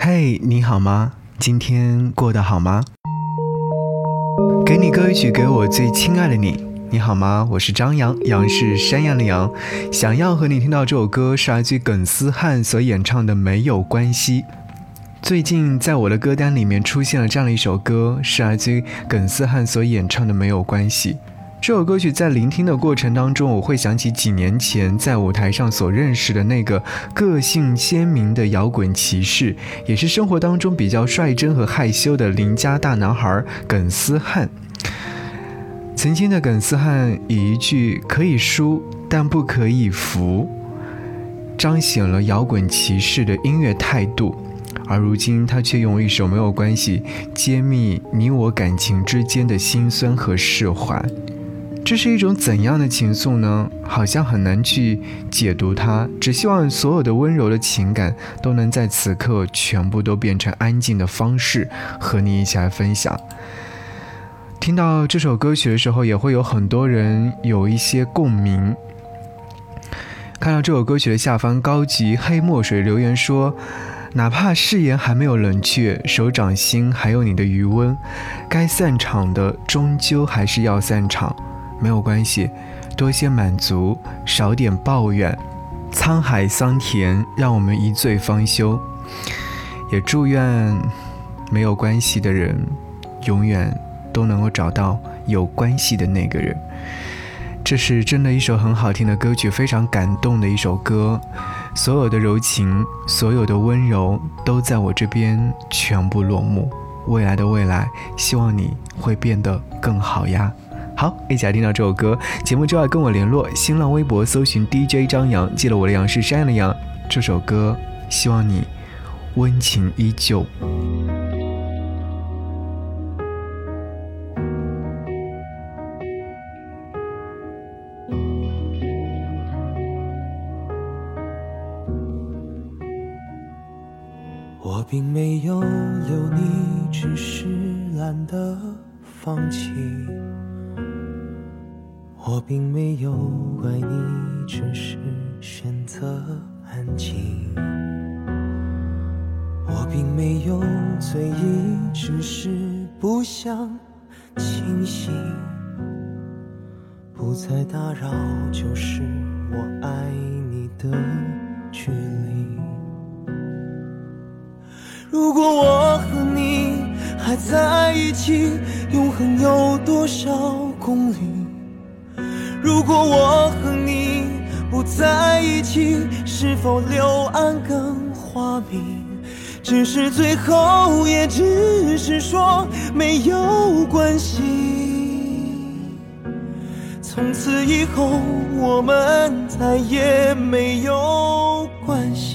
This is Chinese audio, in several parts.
嘿，你好吗？今天过得好吗？给你歌一曲，给我最亲爱的你。你好吗？我是张扬，杨是山羊的羊。想要和你听到这首歌是来自于耿思翰所演唱的《没有关系》。最近在我的歌单里面出现了这样的一首歌，是来自于耿思翰所演唱的《没有关系》。这首歌曲在聆听的过程当中，我会想起几年前在舞台上所认识的那个个性鲜明的摇滚骑士，也是生活当中比较率真和害羞的邻家大男孩耿思翰。曾经的耿思翰以一句可以输但不可以服，彰显了摇滚骑士的音乐态度，而如今他却用一首《没有关系》揭秘你我感情之间的辛酸和释怀。这是一种怎样的情愫呢？好像很难去解读它，只希望所有的温柔的情感都能在此刻全部都变成安静的方式和你一起来分享。听到这首歌曲的时候，也会有很多人有一些共鸣。看到这首歌曲的下方，高级黑墨水留言说，哪怕誓言还没有冷却，手掌心还有你的余温，该散场的终究还是要散场，没有关系，多些满足，少点抱怨，沧海桑田，让我们一醉方休。也祝愿没有关系的人永远都能够找到有关系的那个人。这是真的一首很好听的歌曲，非常感动的一首歌，所有的柔情，所有的温柔都在我这边全部落幕。未来的未来，希望你会变得更好呀。好，一起来听到这首歌。节目之外跟我联络，新浪微博搜寻 DJ 张扬，记得我的杨是山羊的羊。这首歌希望你温情依旧。 我并没有留你，只是懒得放弃。我并没有怪你，只是选择安静。我并没有醉意，只是不想清醒。不再打扰，就是我爱你的距离。如果我和你还在一起，永恒有多少公里？如果我和你不在一起，是否柳暗更花明？只是最后也只是说没有关系。从此以后我们再也没有关系。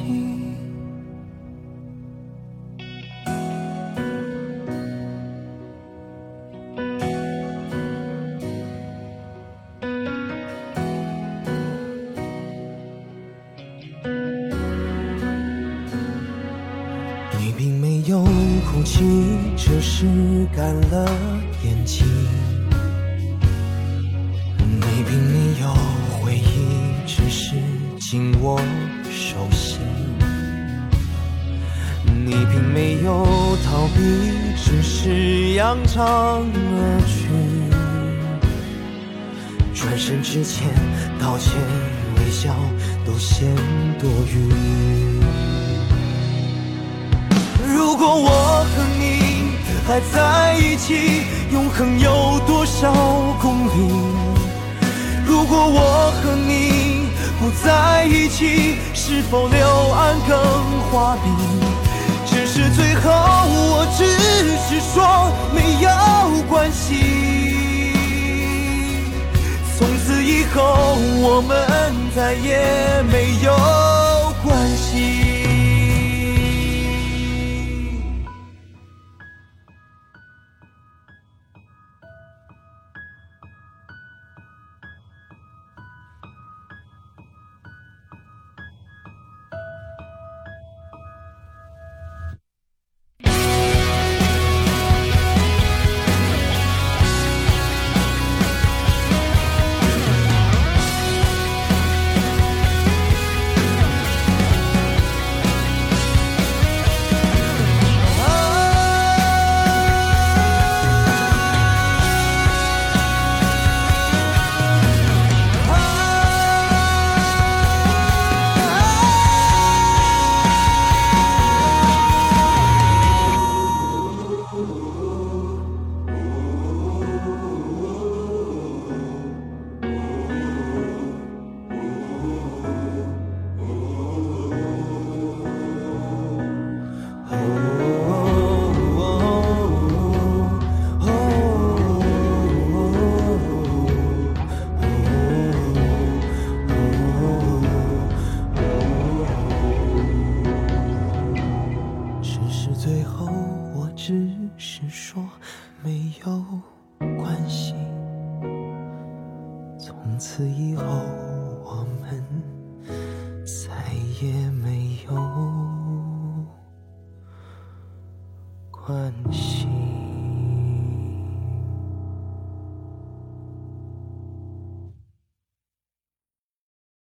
你并没有哭泣，只是干了眼睛。你并没有回忆，只是紧握手心。你并没有逃避，只是扬长而去。转身之前道歉微笑都显多余。如果我和你还在一起，永恒有多少公里？如果我和你不在一起，是否柳暗更花明？只是最后我只是说没有关系。从此以后我们再也没有关系。 最后我只是说没有关系，从此以后我们再也没有关系。